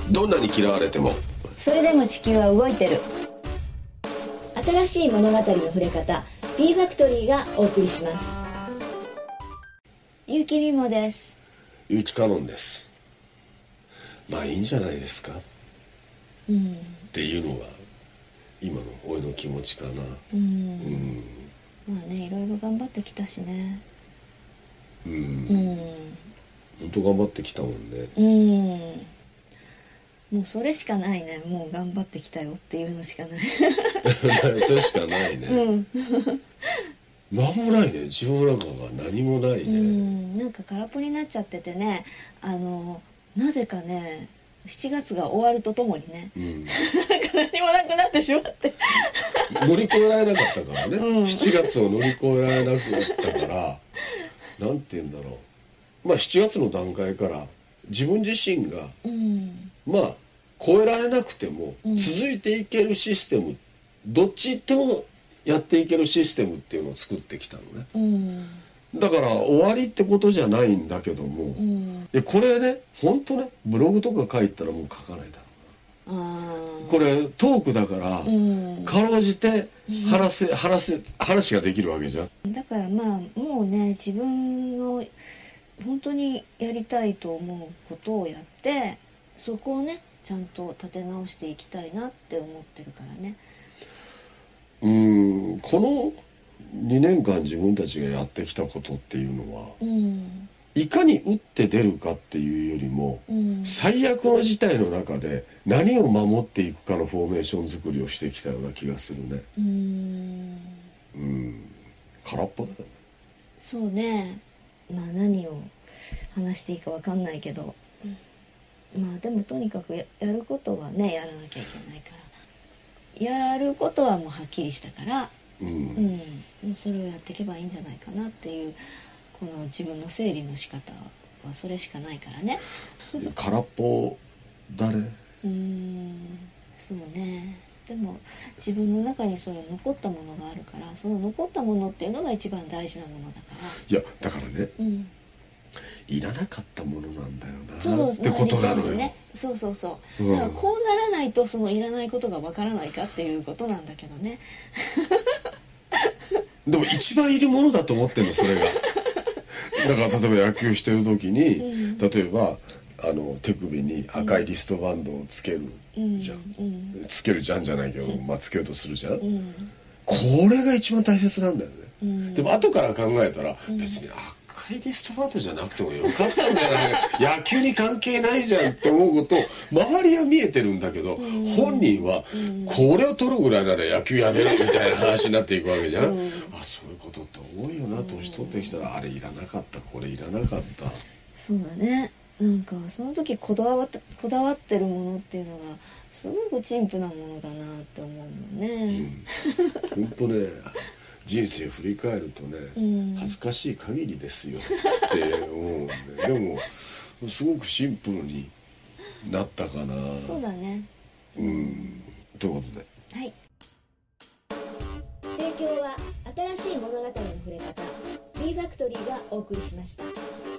どんなに嫌われてもそれでも地球は動いてる。新しい物語の触れ方、 B ファクトリーがお送りします。結城美もです。 結城カノンです。まあいいんじゃないですか、っていうのが今の俺の気持ちかな。 まあね、いろいろ頑張ってきたしね。 本当頑張ってきたもんね。 もうそれしかないね。もう頑張ってきたよっていうのしかないそれしかないね。何もないね。自分の中が何もないね。 なんか空っぽになっちゃっててね、なぜかね7月が終わるとともにね、何もなくなってしまって乗り越えられなかったからね、7月を乗り越えられなくなったからなんて言うんだろう、まあ7月の段階から自分自身が、まあ超えられなくても続いていけるシステム、どっち行ってもやっていけるシステムっていうのを作ってきたのね。だから終わりってことじゃないんだけども、これね本当ねブログとか書いたらもう書かないだろうな。これトークだから、かろうじて話ができるわけじゃん。 だからまあもうね、自分の本当にやりたいと思うことをやって、そこをねちゃんと立て直していきたいなって思ってるからね。 この2年間自分たちがやってきたことっていうのは、いかに打って出るかっていうよりも、最悪の事態の中で何を守っていくかのフォーメーション作りをしてきたような気がするね。空っぽだよね。 そうね。まあ何を話していいか分かんないけど、まあでもとにかく やることはねやらなきゃいけないから、やることはもうはっきりしたから、もうそれをやっていけばいいんじゃないかなっていう、この自分の整理の仕方はそれしかないからね。 空っぽだね。 そうね。でも自分の中にそういう残ったものがあるから、その残ったものっていうのが一番大事なものだから。 いやだからね、いらなかったものなんだよなってことなのよ、ね、 そう、だからこうならないとそのいらないことがわからないかっていうことなんだけどね。 でも一番いるものだと思ってんのそれが。だから例えば野球してる時に、例えば手首に赤いリストバンドをつけるじゃん、つけるじゃんじゃないけど、つけようとするじゃん、これが一番大切なんだよね。でも後から考えたら、別に赤いリストバンドじゃなくてもよかったんじゃない野球に関係ないじゃんって思うこと周りは見えてるんだけど、本人はこれを取るぐらいなら野球やめろみたいな話になっていくわけじゃん。そういうことって多いよな、年取ってきたらあれいらなかった、これいらなかった。 そうだね。なんかその時こだわってるものっていうのがすごく陳腐なものだなって思うのね。 本当ね、人生振り返るとね、恥ずかしい限りですよって思うんで、でもすごくシンプルになったかな。 そうだね。 ということで、 はい。提供は新しい物語の触れ方 B ファクトリーがお送りしました。